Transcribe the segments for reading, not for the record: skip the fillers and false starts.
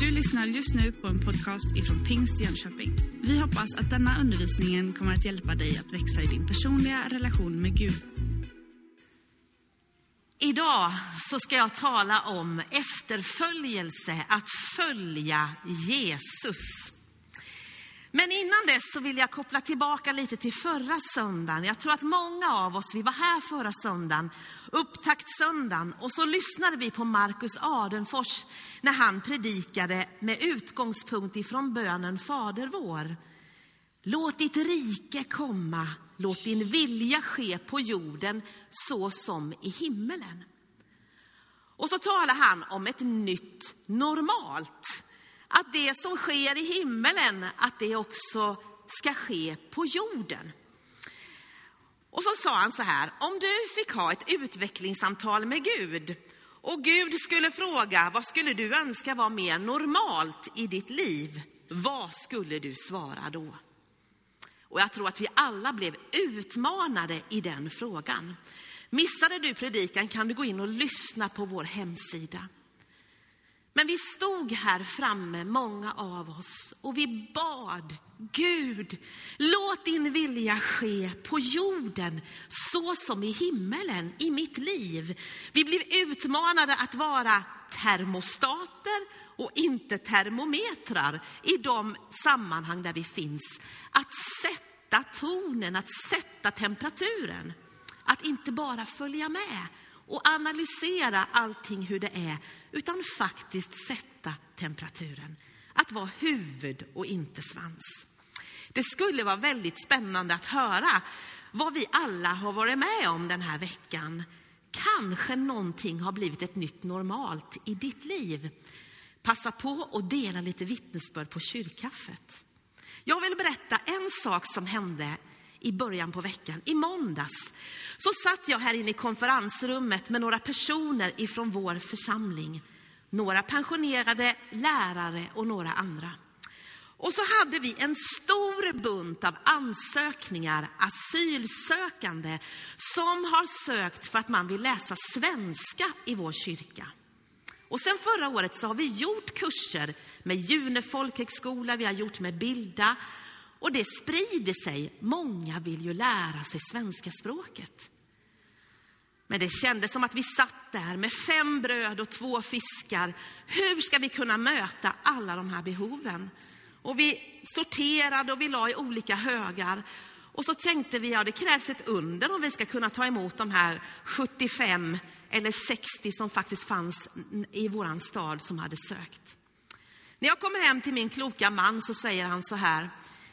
Du lyssnar just nu på en podcast ifrån Pingst Jönköping. Vi hoppas att denna undervisning kommer att hjälpa dig att växa i din personliga relation med Gud. Idag så ska jag tala om efterföljelse, att följa Jesus. Men innan dess så vill jag koppla tillbaka lite till förra söndagen. Jag tror att många av oss, vi var här förra söndagen, upptaktssöndagen, och så lyssnade vi på Marcus Adenfors när han predikade med utgångspunkt ifrån bönen Fader vår. Låt ditt rike komma, låt din vilja ske på jorden så som i himmelen. Och så talar han om ett nytt normalt. Att det som sker i himmelen, att det också ska ske på jorden. Och så sa han så här: om du fick ha ett utvecklingssamtal med Gud och Gud skulle fråga, vad skulle du önska var mer normalt i ditt liv? Vad skulle du svara då? Och jag tror att vi alla blev utmanade i den frågan. Missade du predikan kan du gå in och lyssna på vår hemsida. Men vi stod här framme, många av oss, och vi bad: Gud, låt din vilja ske på jorden så som i himmelen, i mitt liv. Vi blev utmanade att vara termostater och inte termometrar i de sammanhang där vi finns. Att sätta tonen, att sätta temperaturen. Att inte bara följa med och analysera allting hur det är, utan faktiskt sätta temperaturen. Att vara huvud och inte svans. Det skulle vara väldigt spännande att höra vad vi alla har varit med om den här veckan. Kanske någonting har blivit ett nytt normalt i ditt liv. Passa på att dela lite vittnesbörd på kyrkkaffet. Jag vill berätta en sak som hände i början på veckan. I måndags så satt jag här inne i konferensrummet med några personer ifrån vår församling. Några pensionerade lärare och några andra. Och så hade vi en stor bunt av ansökningar, asylsökande som har sökt för att man vill läsa svenska i vår kyrka. Och sen förra året så har vi gjort kurser med June folkhögskola, vi har gjort med Bilda. Och det sprider sig. Många vill ju lära sig svenska språket. Men det kändes som att vi satt där med 5 bröd och 2 fiskar. Hur ska vi kunna möta alla de här behoven? Och vi sorterade och vi la i olika högar. Och så tänkte vi, ja, det krävs ett under om vi ska kunna ta emot de här 75 eller 60 som faktiskt fanns i våran stad som hade sökt. När jag kommer hem till min kloka man så säger han så här: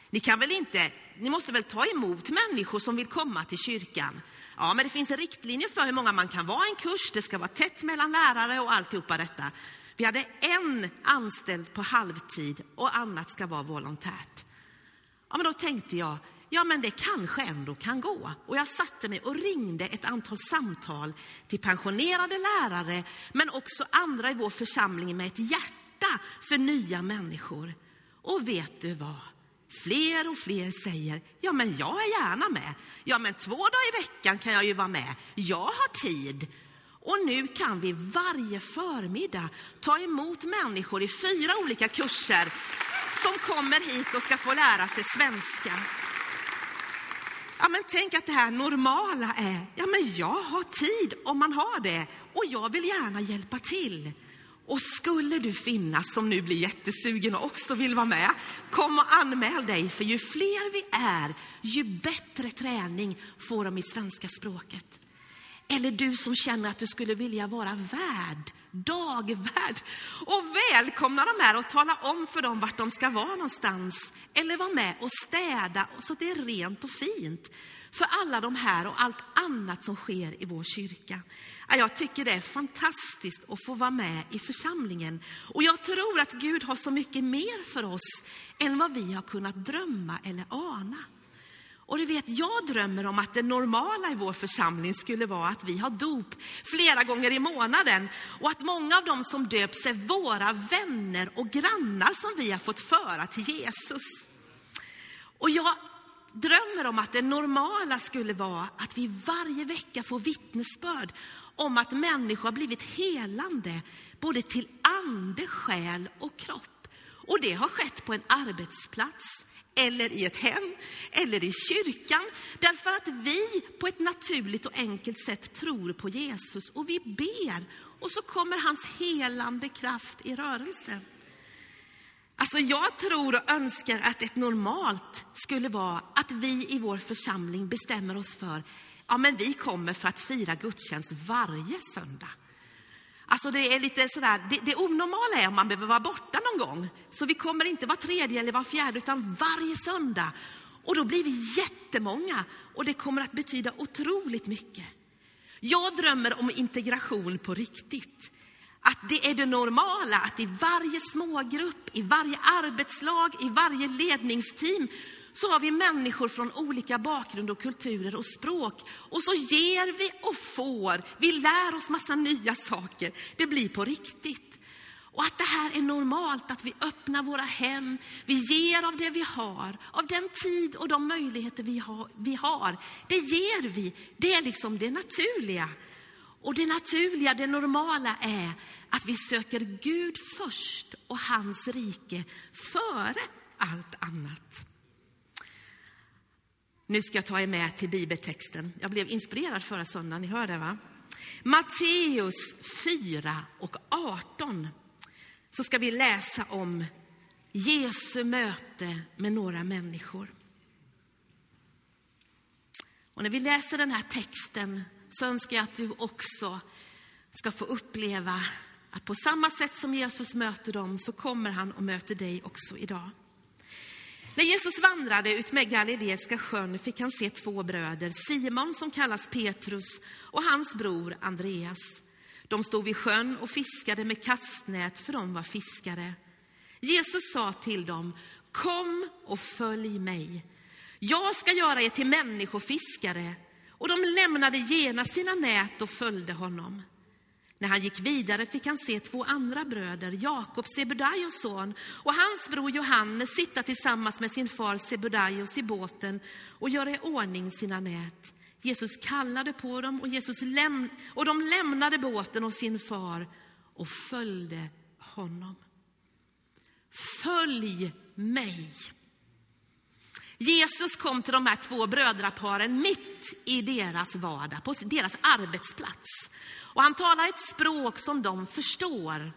ni måste väl ta emot människor som vill komma till kyrkan. Ja, men det finns en riktlinje för hur många man kan vara i en kurs. Det ska vara tätt mellan lärare och alltihopa detta. Vi hade en anställd på halvtid och annat ska vara volontärt. Ja, men då tänkte jag, ja men det kanske ändå kan gå. Och jag satte mig och ringde ett antal samtal till pensionerade lärare, men också andra i vår församling med ett hjärta för nya människor. Och vet du vad? Fler och fler säger, ja men jag är gärna med. Ja men 2 dagar i veckan kan jag ju vara med. Jag har tid. Och nu kan vi varje förmiddag ta emot människor i 4 olika kurser som kommer hit och ska få lära sig svenska. Ja men tänk att det här normala är, ja men jag har tid om man har det. Och jag vill gärna hjälpa till. Och skulle du finnas som nu blir jättesugen och också vill vara med, kom och anmäl dig. För ju fler vi är, ju bättre träning får de i svenska språket. Eller du som känner att du skulle vilja vara värd, dagvärd, och välkomna dem här och tala om för dem vart de ska vara någonstans. Eller vara med och städa så det är rent och fint för alla de här och allt annat som sker i vår kyrka. Jag tycker det är fantastiskt att få vara med i församlingen. Och jag tror att Gud har så mycket mer för oss än vad vi har kunnat drömma eller ana. Och du vet, jag drömmer om att det normala i vår församling skulle vara att vi har dop flera gånger i månaden. Och att många av dem som döps är våra vänner och grannar som vi har fått föra till Jesus. Och jag drömmer om att det normala skulle vara att vi varje vecka får vittnesbörd om att människor har blivit helande både till ande, själ och kropp. Och det har skett på en arbetsplats eller i ett hem eller i kyrkan, därför att vi på ett naturligt och enkelt sätt tror på Jesus och vi ber, och så kommer hans helande kraft i rörelse. Alltså jag tror och önskar att ett normalt skulle vara att vi i vår församling bestämmer oss för, ja men vi kommer för att fira gudstjänst varje söndag. Alltså det är lite sådär, det onormala är om man behöver vara borta någon gång. Så vi kommer inte var tredje eller var fjärde utan varje söndag. Och då blir vi jättemånga och det kommer att betyda otroligt mycket. Jag drömmer om integration på riktigt. Att det är det normala, att i varje smågrupp, i varje arbetslag, i varje ledningsteam så har vi människor från olika bakgrund och kulturer och språk. Och så ger vi och får. Vi lär oss massa nya saker. Det blir på riktigt. Och att det här är normalt, att vi öppnar våra hem. Vi ger av det vi har. Av den tid och de möjligheter vi har. Det ger vi. Det är liksom det naturliga. Och det naturliga, det normala är att vi söker Gud först och hans rike före allt annat. Nu ska jag ta er med till bibeltexten. Jag blev inspirerad förra söndagen, ni hörde va? Matteus 4 och 18. Så ska vi läsa om Jesu möte med några människor. Och när vi läser den här texten så önskar jag att du också ska få uppleva att på samma sätt som Jesus möter dem så kommer han och möter dig också idag. När Jesus vandrade ut med Galileiska sjön fick han se 2 bröder, Simon som kallas Petrus och hans bror Andreas. De stod vid sjön och fiskade med kastnät för de var fiskare. Jesus sa till dem, kom och följ mig. Jag ska göra er till människofiskare. Och de lämnade genast sina nät och följde honom. När han gick vidare fick han se 2 andra bröder, Jakob, Sebedaios son, och hans bror Johannes sitta tillsammans med sin far Sebedaios i båten och göra i ordning sina nät. Jesus kallade på dem och de lämnade båten och sin far och följde honom. Följ mig. Jesus kom till de här 2 brödraparen mitt i deras vardag, på deras arbetsplats. Och han talar ett språk som de förstår.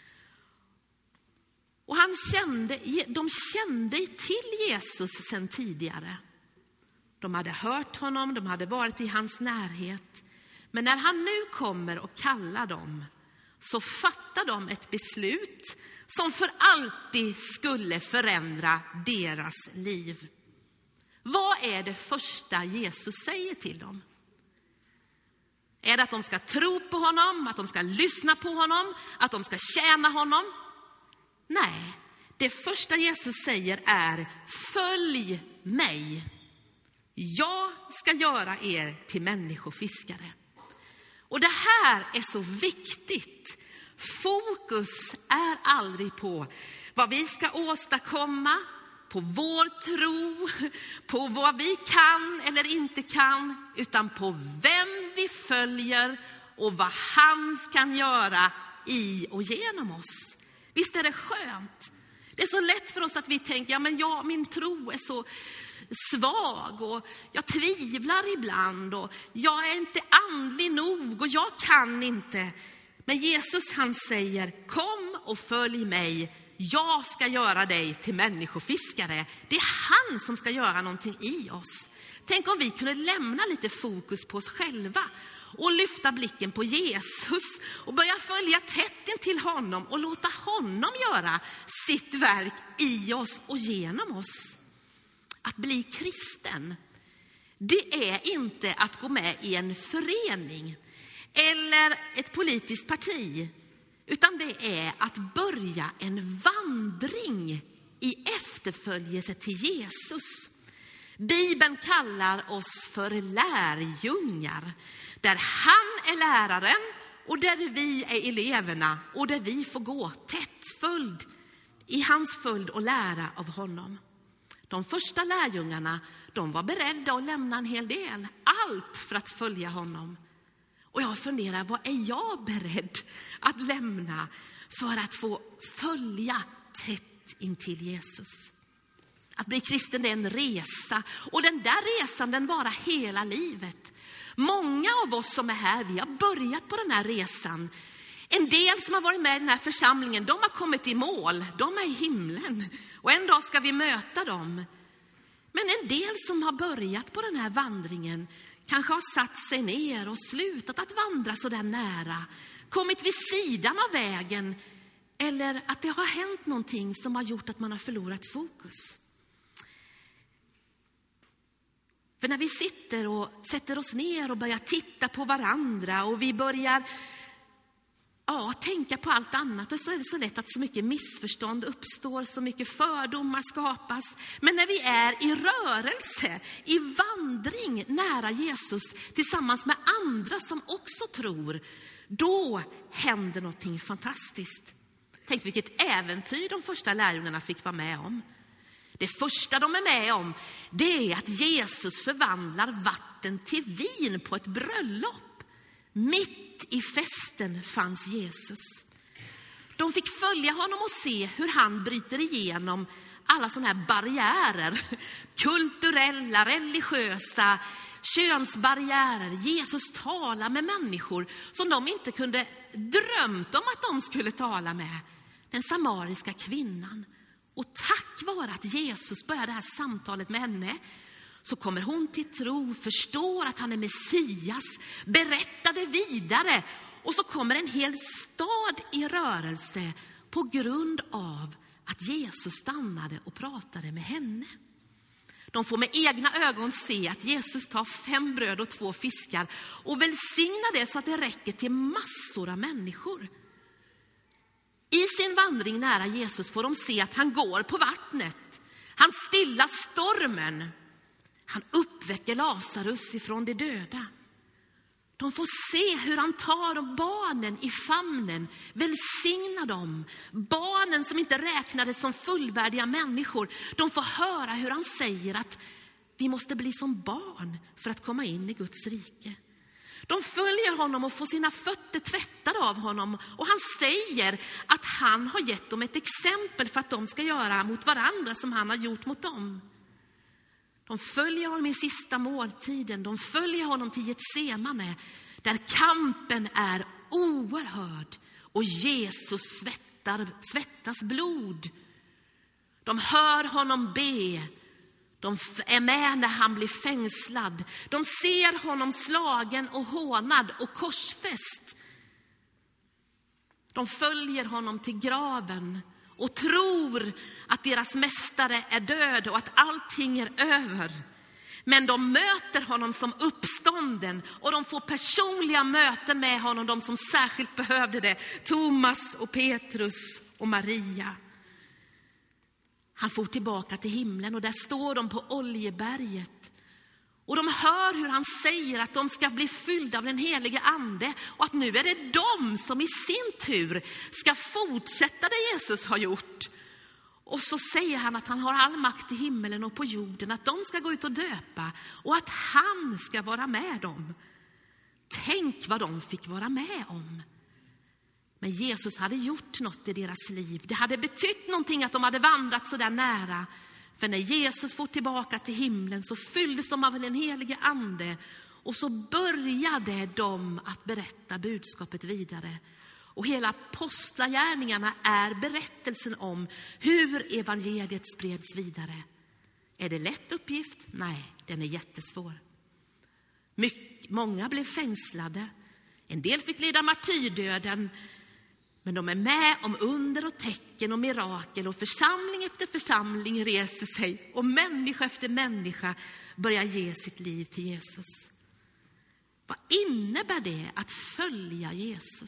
Och de kände till Jesus sedan tidigare. De hade hört honom, de hade varit i hans närhet. Men när han nu kommer och kallar dem så fattar de ett beslut som för alltid skulle förändra deras liv. Vad är det första Jesus säger till dem? Är det att de ska tro på honom, att de ska lyssna på honom, att de ska tjäna honom? Nej, det första Jesus säger är, följ mig. Jag ska göra er till människofiskare. Och det här är så viktigt. Fokus är aldrig på vad vi ska åstadkomma, på vår tro, på vad vi kan eller inte kan, utan på vem vi följer och vad han kan göra i och genom oss. Visst är det skönt? Det är så lätt för oss att vi tänker, min tro är så svag och jag tvivlar ibland och jag är inte andlig nog och jag kan inte. Men Jesus han säger, kom och följ mig. Jag ska göra dig till människofiskare. Det är han som ska göra någonting i oss. Tänk om vi kunde lämna lite fokus på oss själva och lyfta blicken på Jesus och börja följa tätt till honom och låta honom göra sitt verk i oss och genom oss. Att bli kristen, det är inte att gå med i en förening eller ett politiskt parti, utan det är att börja en vandring i efterföljelse till Jesus. Bibeln kallar oss för lärjungar, där han är läraren och där vi är eleverna och där vi får gå tätt följd i hans följd och lära av honom. De första lärjungarna, de var beredda att lämna en hel del. Allt för att följa honom. Och jag funderar, vad är jag beredd att lämna för att få följa tätt intill Jesus? Att bli kristen, det är en resa. Och den där resan, den varar hela livet. Många av oss som är här, vi har börjat på den här resan. En del som har varit med i den här församlingen, de har kommit i mål. De är i himlen. Och en dag ska vi möta dem. Men en del som har börjat på den här vandringen kanske har satt sig ner och slutat att vandra så där nära. Kommit vid sidan av vägen. Eller att det har hänt någonting som har gjort att man har förlorat fokus. För när vi sitter och sätter oss ner och börjar titta på varandra och vi börjar tänka på allt annat, och så är det så lätt att så mycket missförstånd uppstår, så mycket fördomar skapas. Men när vi är i rörelse, i vandring nära Jesus tillsammans med andra som också tror, då händer någonting fantastiskt. Tänk vilket äventyr de första lärjungarna fick vara med om. Det första de är med om, det är att Jesus förvandlar vatten till vin på ett bröllop. Mitt i festen fanns Jesus. De fick följa honom och se hur han bryter igenom alla sådana här barriärer. Kulturella, religiösa, könsbarriärer. Jesus talar med människor som de inte kunde drömt om att de skulle tala med. Den samariska kvinnan. Och tack vare att Jesus började det här samtalet med henne, så kommer hon till tro, förstår att han är Messias, berättar det vidare. Och så kommer en hel stad i rörelse på grund av att Jesus stannade och pratade med henne. De får med egna ögon se att Jesus tar 5 bröd och 2 fiskar och välsignar det så att det räcker till massor av människor. I sin vandring nära Jesus får de se att han går på vattnet. Han stillar stormen. Han uppväcker Lazarus ifrån de döda. De får se hur han tar barnen i famnen, välsignar dem. Barnen som inte räknades som fullvärdiga människor, de får höra hur han säger att vi måste bli som barn för att komma in i Guds rike. De följer honom och får sina fötter tvättade av honom. Och han säger att han har gett dem ett exempel för att de ska göra mot varandra som han har gjort mot dem. De följer honom i sista måltiden. De följer honom till Getsemane, där kampen är oerhörd. Och Jesus svettas blod. De hör honom be. De är med när han blir fängslad. De ser honom slagen och hånad och korsfäst. De följer honom till graven och tror att deras mästare är död och att allting är över. Men de möter honom som uppstånden och de får personliga möten med honom, de som särskilt behövde det. Thomas och Petrus och Maria. Han får tillbaka till himlen och där står de på Oljeberget. Och de hör hur han säger att de ska bli fyllda av den helige ande. Och att nu är det de som i sin tur ska fortsätta det Jesus har gjort. Och så säger han att han har all makt i himmelen och på jorden. Att de ska gå ut och döpa och att han ska vara med dem. Tänk vad de fick vara med om. Men Jesus hade gjort något i deras liv. Det hade betytt någonting att de hade vandrat så där nära. För när Jesus får tillbaka till himlen så fylldes de av den helige ande. Och så började de att berätta budskapet vidare. Och hela apostlagärningarna är berättelsen om hur evangeliet spreds vidare. Är det lätt uppgift? Nej, den är jättesvår. Många blev fängslade. En del fick lida martyrdöden. Men de är med om under och tecken och mirakel. Och församling efter församling reser sig. Och människa efter människa börjar ge sitt liv till Jesus. Vad innebär det att följa Jesus?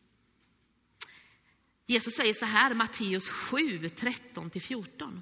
Jesus säger så här, Matteus 7, 13-14.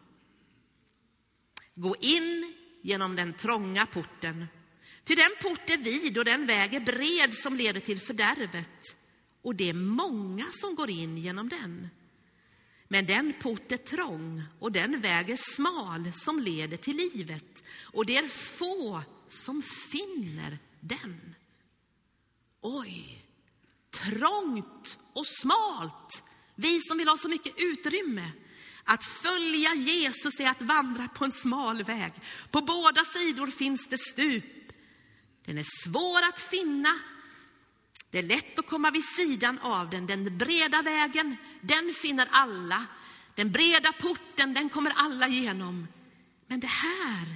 Gå in genom den trånga porten. Ty den port är vid och den väg är bred som leder till fördärvet. Och det är många som går in genom den. Men den port är trång och den väg är smal som leder till livet. Och det är få som finner den. Oj, trångt och smalt. Vi som vill ha så mycket utrymme. Att följa Jesus är att vandra på en smal väg. På båda sidor finns det stup. Den är svår att finna. Det är lätt att komma vid sidan av den. Den breda vägen, den finner alla. Den breda porten, den kommer alla igenom. Men det här...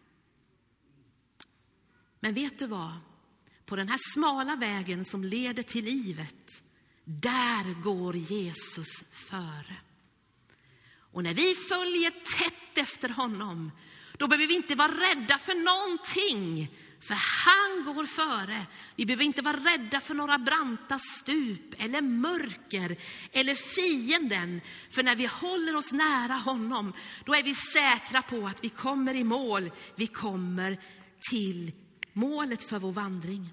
Men vet du vad? På den här smala vägen som leder till livet, där går Jesus före. Och när vi följer tätt efter honom, då behöver vi inte vara rädda för någonting. För han går före. Vi behöver inte vara rädda för några branta stup eller mörker eller fienden. För när vi håller oss nära honom, då är vi säkra på att vi kommer i mål. Vi kommer till målet för vår vandring.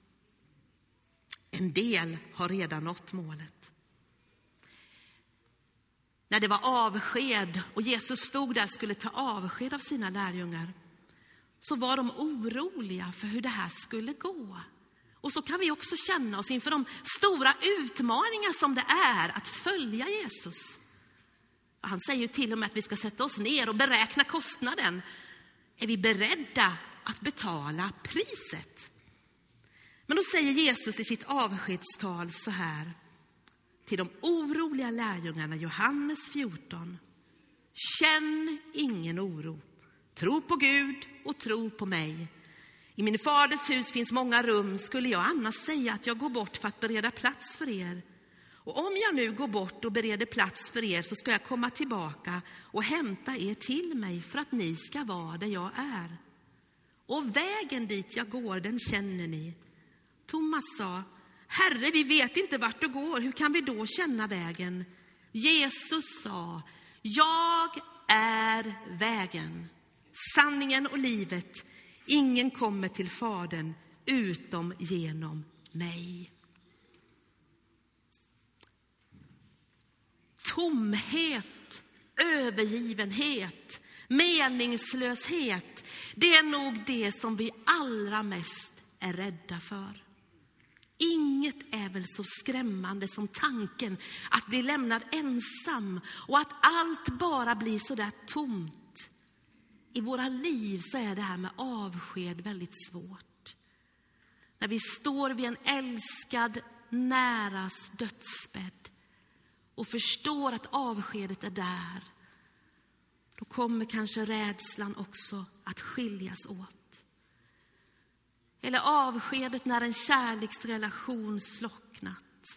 En del har redan nått målet. När det var avsked och Jesus stod där och skulle ta avsked av sina lärjungar, så var de oroliga för hur det här skulle gå. Och så kan vi också känna oss inför de stora utmaningar som det är att följa Jesus. Han säger ju till och med att vi ska sätta oss ner och beräkna kostnaden. Är vi beredda att betala priset? Men då säger Jesus i sitt avskedstal så här till de oroliga lärjungarna, Johannes 14. Känn ingen oro. Tro på Gud och tro på mig. I min faders hus finns många rum. Skulle jag annars säga att jag går bort för att bereda plats för er? Och om jag nu går bort och bereder plats för er, så ska jag komma tillbaka och hämta er till mig för att ni ska vara där jag är. Och vägen dit jag går, den känner ni. Thomas sa, Herre, vi vet inte vart du går. Hur kan vi då känna vägen? Jesus sa, jag är vägen, sanningen och livet. Ingen kommer till Fadern utom genom mig. Tomhet, övergivenhet, meningslöshet. Det är nog det som vi allra mest är rädda för. Inget är väl så skrämmande som tanken att bli lämnad ensam och att allt bara blir så där tomt. I våra liv så är det här med avsked väldigt svårt. När vi står vid en älskad näras dödsbädd och förstår att avskedet är där, då kommer kanske rädslan också att skiljas åt. Eller avskedet när en kärleksrelation slocknat.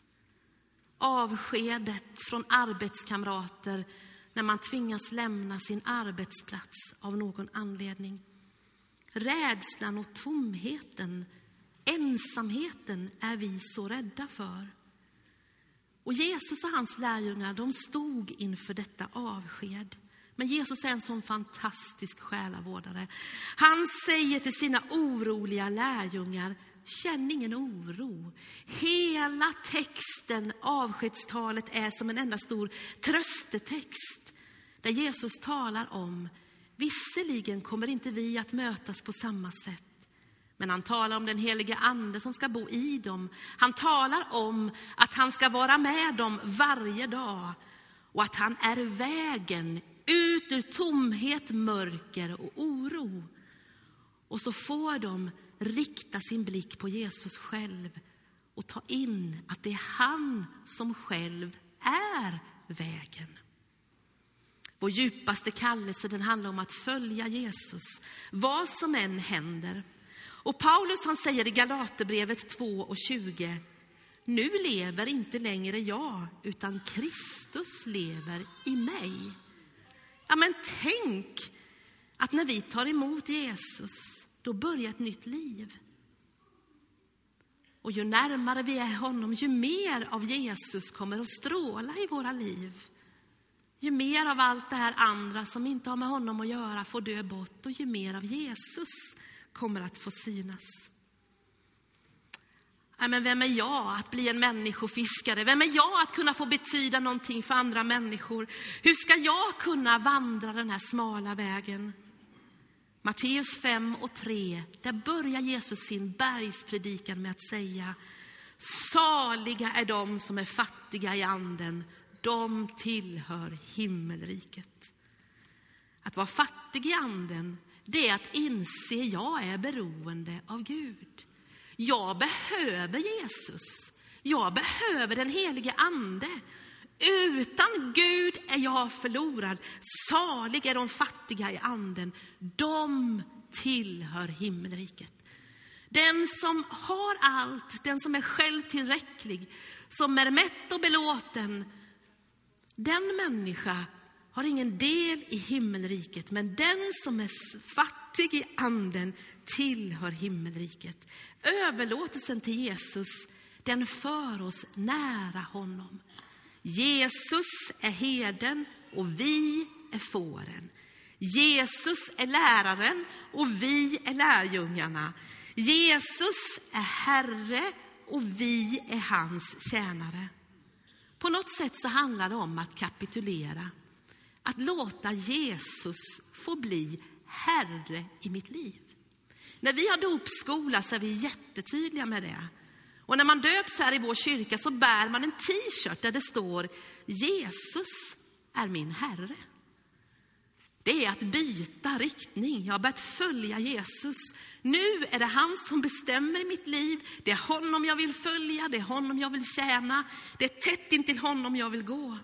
Avskedet från arbetskamrater när man tvingas lämna sin arbetsplats av någon anledning. Rädslan och tomheten, ensamheten är vi så rädda för. Och Jesus och hans lärjungar, de stod inför detta avsked. Men Jesus är en sån fantastisk själavårdare. Han säger till sina oroliga lärjungar, känn ingen oro. Hela texten, avskedstalet, är som en enda stor tröstetext. Där Jesus talar om, visserligen kommer inte vi att mötas på samma sätt. Men han talar om den helige ande som ska bo i dem. Han talar om att han ska vara med dem varje dag. Och att han är vägen ut ur tomhet, mörker och oro. Och så får de rikta sin blick på Jesus själv och ta in att det är han som själv är vägen. Vår djupaste kallelse, den handlar om att följa Jesus, vad som än händer. Och Paulus, han säger i Galaterbrevet 2:20, nu lever inte längre jag, utan Kristus lever i mig. Ja, men tänk att när vi tar emot Jesus, då börjar ett nytt liv. Och ju närmare vi är honom, ju mer av Jesus kommer att stråla i våra liv. Ju mer av allt det här andra som inte har med honom att göra får dö bort, och ju mer av Jesus kommer att få synas. Men vem är jag att bli en människofiskare? Vem är jag att kunna få betyda någonting för andra människor? Hur ska jag kunna vandra den här smala vägen? Matteus 5:3, där börjar Jesus sin bergspredikan med att säga: saliga är de som är fattiga i anden, de tillhör himmelriket. Att vara fattig i anden, det är att inse jag är beroende av Gud. Jag behöver Jesus. Jag behöver den helige ande. Utan Gud är jag förlorad. Salig är de fattiga i anden. De tillhör himmelriket. Den som har allt, den som är självtillräcklig, som är mätt och belåten, den människa har ingen del i himmelriket. Men den som är fattig i anden tillhör himmelriket. Överlåtelsen till Jesus, den för oss nära honom. Jesus är herden och vi är fåren. Jesus är läraren och vi är lärjungarna. Jesus är Herre och vi är hans tjänare. På något sätt så handlar det om att kapitulera. Att låta Jesus få bli Herre i mitt liv. När vi har dopskola så är vi jättetydliga med det. Och när man döps här i vår kyrka så bär man en t-shirt där det står: Jesus är min Herre. Det är att byta riktning. Jag har börjat följa Jesus. Nu är det han som bestämmer i mitt liv. Det är honom jag vill följa. Det är honom jag vill tjäna. Det är tätt in till honom jag vill gå.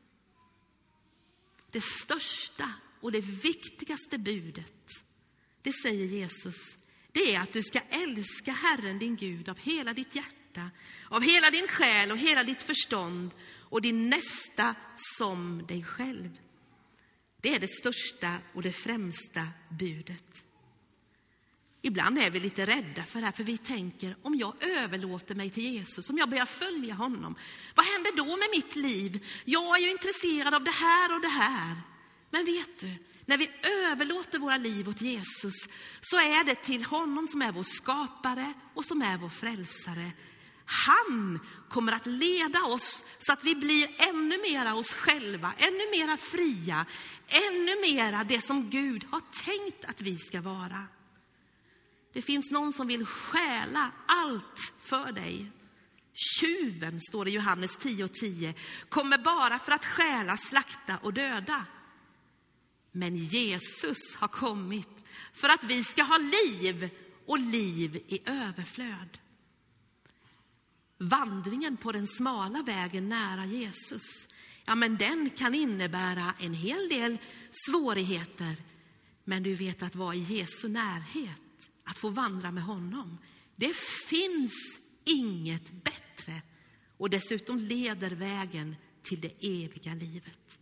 Det största och det viktigaste budet, det säger Jesus, det är att du ska älska Herren din Gud av hela ditt hjärta, av hela din själ och hela ditt förstånd och din nästa som dig själv. Det är det största och det främsta budet. Ibland är vi lite rädda för det här, för vi tänker: om jag överlåter mig till Jesus, om jag börjar följa honom, vad händer då med mitt liv? Jag är ju intresserad av det här och det här. Men vet du, när vi överlåter våra liv åt Jesus så är det till honom som är vår skapare och som är vår frälsare. Han kommer att leda oss så att vi blir ännu mera oss själva, ännu mera fria, ännu mera det som Gud har tänkt att vi ska vara. Det finns någon som vill stjäla allt för dig. Tjuven, står det i Johannes 10:10, kommer bara för att stjäla, slakta och döda. Men Jesus har kommit för att vi ska ha liv och liv i överflöd. Vandringen på den smala vägen nära Jesus, men den kan innebära en hel del svårigheter. Men du vet, att vara i Jesu närhet, att få vandra med honom, det finns inget bättre. Och dessutom leder vägen till det eviga livet.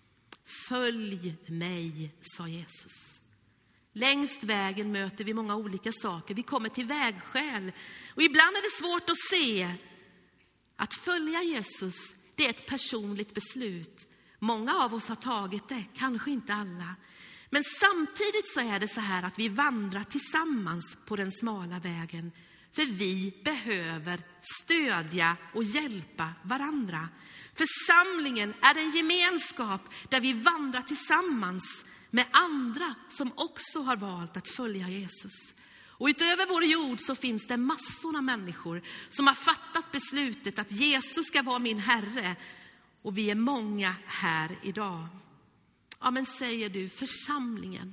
Följ mig, sa Jesus. Längst vägen möter vi många olika saker. Vi kommer till vägskäl. Och ibland är det svårt att se att följa Jesus, det är ett personligt beslut. Många av oss har tagit det, kanske inte alla. Men samtidigt så är det så här att vi vandrar tillsammans på den smala vägen. För vi behöver stödja och hjälpa varandra. Församlingen är en gemenskap där vi vandrar tillsammans med andra som också har valt att följa Jesus. Och utöver vår jord så finns det massor av människor som har fattat beslutet att Jesus ska vara min Herre. Och vi är många här idag. Ja, men säger du församlingen?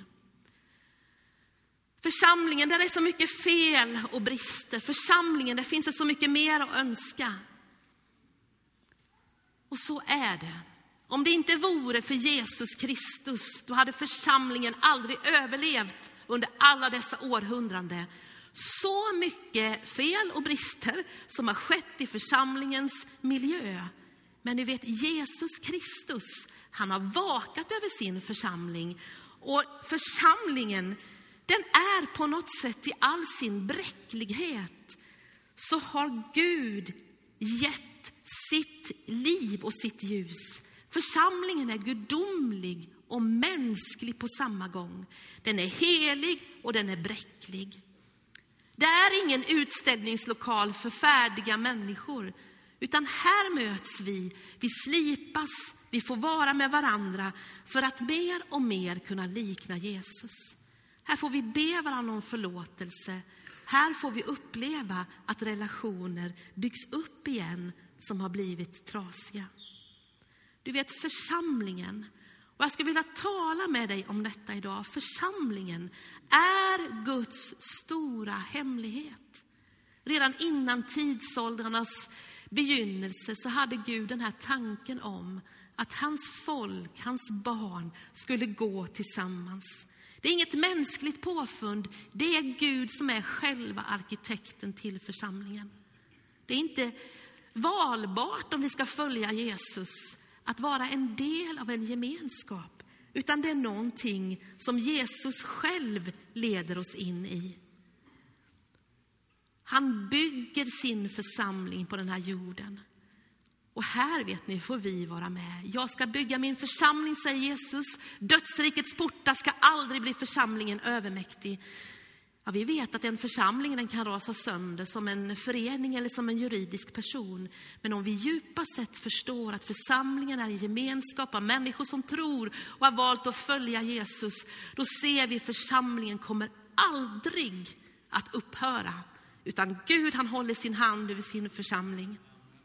Församlingen där det är så mycket fel och brister. Församlingen där finns det så mycket mer att önska. Och så är det. Om det inte vore för Jesus Kristus, då hade församlingen aldrig överlevt under alla dessa århundraden. Så mycket fel och brister som har skett i församlingens miljö. Men ni vet, Jesus Kristus, han har vakat över sin församling. Och församlingen, den är på något sätt i all sin bräcklighet. Så har Gud gett sitt liv och sitt ljus. Församlingen är gudomlig och mänsklig på samma gång. Den är helig och den är bräcklig. Det är ingen utställningslokal för färdiga människor, utan här möts vi slipas, vi får vara med varandra för att mer och mer kunna likna Jesus. Här får vi be varandra om förlåtelse. Här får vi uppleva att relationer byggs upp igen som har blivit trasiga. Du vet, församlingen, och jag skulle vilja tala med dig om detta idag. Församlingen är Guds stora hemlighet. Redan innan tidsåldrarnas begynnelse så hade Gud den här tanken om att hans folk, hans barn skulle gå tillsammans. Det är inget mänskligt påfund, det är Gud som är själva arkitekten till församlingen. Det är inte valbart om vi ska följa Jesus att vara en del av en gemenskap, utan det är någonting som Jesus själv leder oss in i. Han bygger sin församling på den här jorden. Och här, vet ni, får vi vara med. Jag ska bygga min församling, säger Jesus. Dödsrikets portar ska aldrig bli församlingen övermäktig. Ja, vi vet att en församling, den kan rasa sönder som en förening eller som en juridisk person. Men om vi djupast sett förstår att församlingen är en gemenskap av människor som tror och har valt att följa Jesus, då ser vi församlingen kommer aldrig att upphöra. Utan Gud, han håller sin hand över sin församling.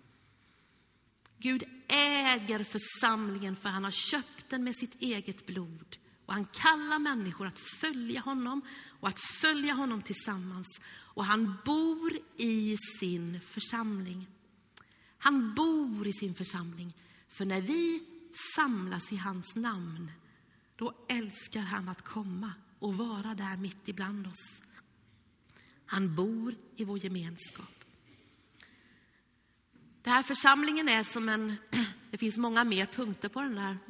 Gud äger församlingen för han har köpt den med sitt eget blod. Och han kallar människor att följa honom och att följa honom tillsammans. Och han bor i sin församling. Han bor i sin församling. För när vi samlas i hans namn, då älskar han att komma och vara där mitt ibland oss. Han bor i vår gemenskap. Den här församlingen är som det finns många mer punkter på den där.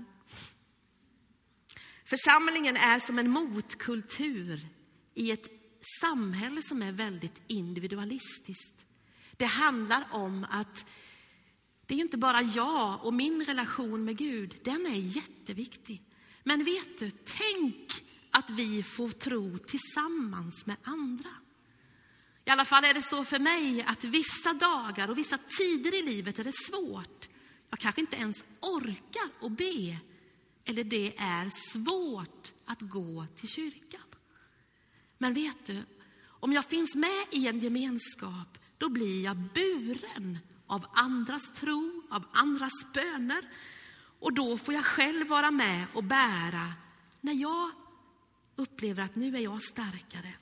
Församlingen är som en motkultur i ett samhälle som är väldigt individualistiskt. Det handlar om att det är inte bara jag och min relation med Gud, den är jätteviktig. Men vet du, tänk att vi får tro tillsammans med andra. I alla fall är det så för mig att vissa dagar och vissa tider i livet är det svårt. Jag kanske inte ens orkar att be. Eller det är svårt att gå till kyrkan. Men vet du, om jag finns med i en gemenskap, då blir jag buren av andras tro, av andras böner. Och då får jag själv vara med och bära när jag upplever att nu är jag starkare.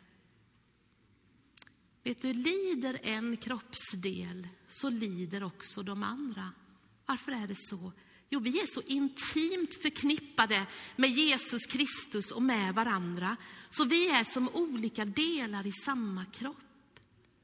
Vet du, lider en kroppsdel så lider också de andra. Varför är det så? Jo, vi är så intimt förknippade med Jesus Kristus och med varandra. Så vi är som olika delar i samma kropp.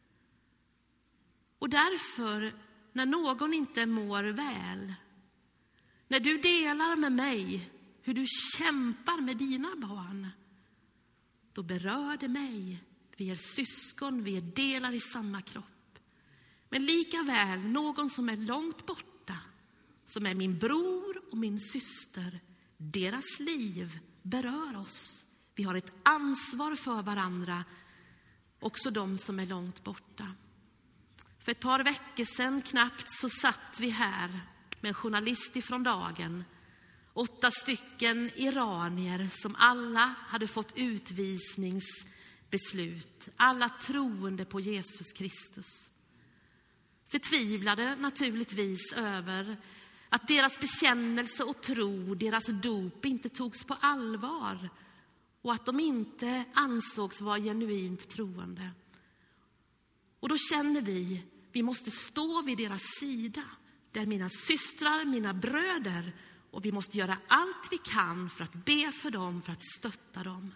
Och därför, när någon inte mår väl, när du delar med mig hur du kämpar med dina barn, då berör det mig. Vi är syskon, vi är delar i samma kropp. Men lika väl någon som är långt borta, som är min bror och min syster, deras liv berör oss. Vi har ett ansvar för varandra, också de som är långt borta. För ett par veckor sedan knappt så satt vi här med en journalist ifrån Dagen. 8 stycken iranier som alla hade fått utvisningsbeslut. Alla troende på Jesus Kristus. Förtvivlade naturligtvis över att deras bekännelse och tro, deras dop inte togs på allvar. Och att de inte ansågs vara genuint troende. Och då känner vi måste stå vid deras sida. Där mina systrar, mina bröder. Och vi måste göra allt vi kan för att be för dem, för att stötta dem.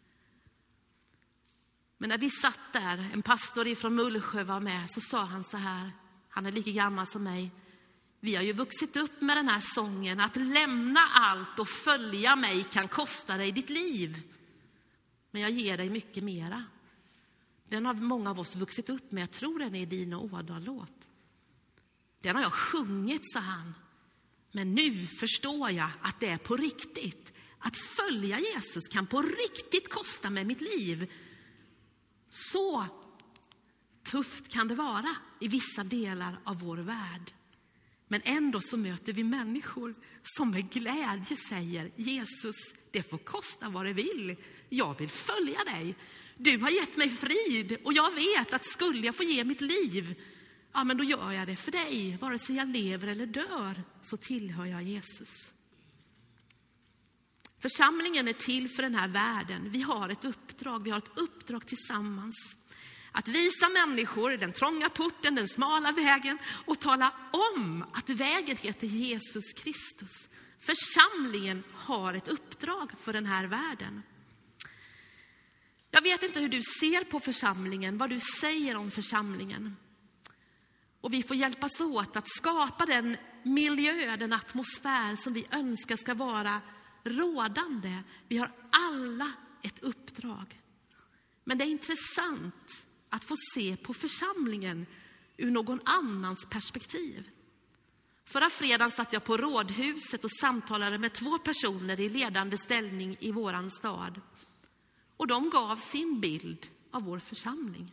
Men när vi satt där, en pastor ifrån Mullsjö var med, så sa han så här. Han är lika gammal som mig. Vi har ju vuxit upp med den här sången. Att lämna allt och följa mig kan kosta dig ditt liv. Men jag ger dig mycket mera. Den har många av oss vuxit upp med. Jag tror den är din och Ådal-låt. Den har jag sjungit, sa han. Men nu förstår jag att det är på riktigt. Att följa Jesus kan på riktigt kosta mig mitt liv. Så tufft kan det vara i vissa delar av vår värld. Men ändå så möter vi människor som med glädje säger: Jesus, det får kosta vad det vill. Jag vill följa dig. Du har gett mig frid och jag vet att skulle jag få ge mitt liv, ja, men då gör jag det för dig. Vare sig jag lever eller dör så tillhör jag Jesus. Församlingen är till för den här världen. Vi har ett uppdrag tillsammans. Att visa människor den trånga porten, den smala vägen och tala om att vägen heter Jesus Kristus. Församlingen har ett uppdrag för den här världen. Jag vet inte hur du ser på församlingen, vad du säger om församlingen. Och vi får hjälpas åt att skapa den miljö, den atmosfär som vi önskar ska vara rådande. Vi har alla ett uppdrag. Men det är intressant att få se på församlingen ur någon annans perspektiv. Förra fredagen satt jag på rådhuset och samtalade med 2 personer i ledande ställning i våran stad. Och de gav sin bild av vår församling.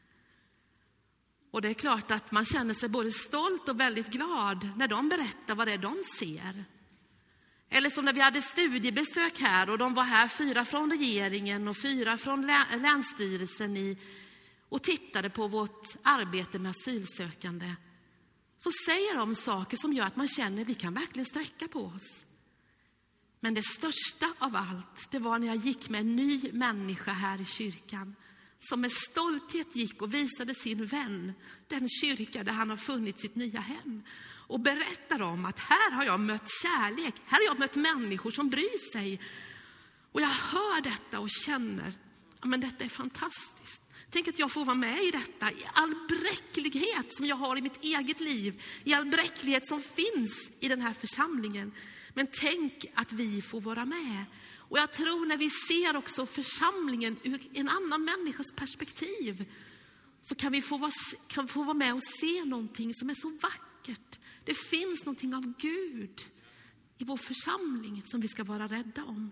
Och det är klart att man känner sig både stolt och väldigt glad när de berättar vad det är de ser. Eller som när vi hade studiebesök här och de var här 4 från regeringen och 4 från länsstyrelsen och tittade på vårt arbete med asylsökande. Så säger de saker som gör att man känner att vi kan verkligen sträcka på oss. Men det största av allt, det var när jag gick med en ny människa här i kyrkan. Som med stolthet gick och visade sin vän den kyrka där han har funnit sitt nya hem. Och berättar om att här har jag mött kärlek, här har jag mött människor som bryr sig. Och jag hör detta och känner, ja, men detta är fantastiskt. Tänk att jag får vara med i detta, i all bräcklighet som jag har i mitt eget liv. I all bräcklighet som finns i den här församlingen. Men tänk att vi får vara med. Och jag tror när vi ser också församlingen ur en annan människas perspektiv, så kan vi få vara med och se någonting som är så vackert. Det finns någonting av Gud i vår församling som vi ska vara rädda om.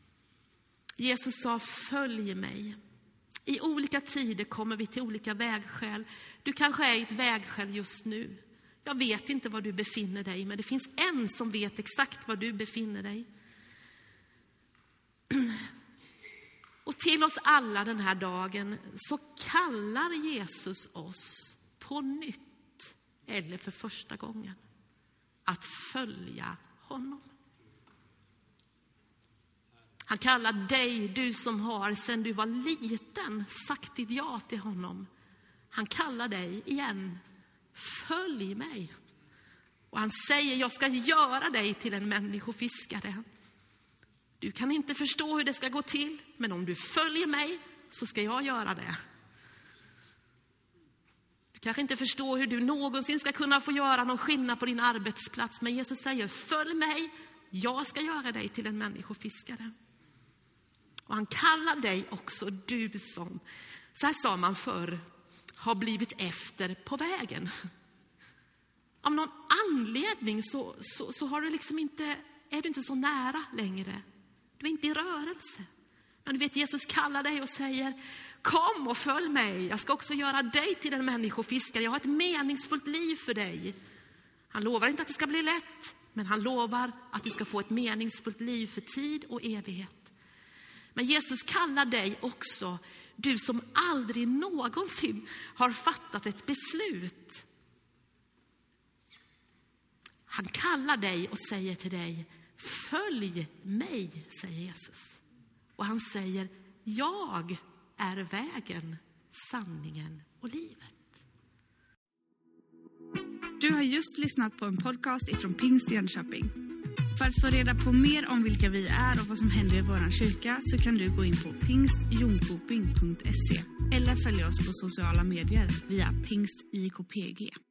Jesus sa: följ mig. I olika tider kommer vi till olika vägskäl. Du kanske är i ett vägskäl just nu. Jag vet inte var du befinner dig, men det finns en som vet exakt var du befinner dig. Och till oss alla den här dagen så kallar Jesus oss på nytt, eller för första gången, att följa honom. Han kallar dig, du som har sedan du var liten sagt ditt ja till honom. Han kallar dig igen: följ mig. Och han säger: jag ska göra dig till en människofiskare. Du kan inte förstå hur det ska gå till, men om du följer mig så ska jag göra det. Du kanske inte förstår hur du någonsin ska kunna få göra någon skillnad på din arbetsplats, men Jesus säger: följ mig, jag ska göra dig till en människofiskare. Och han kallar dig också, du som, så här sa man förr, har blivit efter på vägen. Av någon anledning så har du liksom inte, är du inte så nära längre. Du är inte i rörelse. Men du vet, Jesus kallar dig och säger: kom och följ mig. Jag ska också göra dig till en människofiskare. Jag har ett meningsfullt liv för dig. Han lovar inte att det ska bli lätt, men han lovar att du ska få ett meningsfullt liv för tid och evighet. Men Jesus kallar dig också, du som aldrig någonsin har fattat ett beslut. Han kallar dig och säger till dig: följ mig, säger Jesus. Och han säger: jag är vägen, sanningen och livet. Du har just lyssnat på en podcast ifrån Pingst Jönköping. För att få reda på mer om vilka vi är och vad som händer i vår kyrka så kan du gå in på pingstjonkoping.se eller följa oss på sociala medier via pingstjkpg.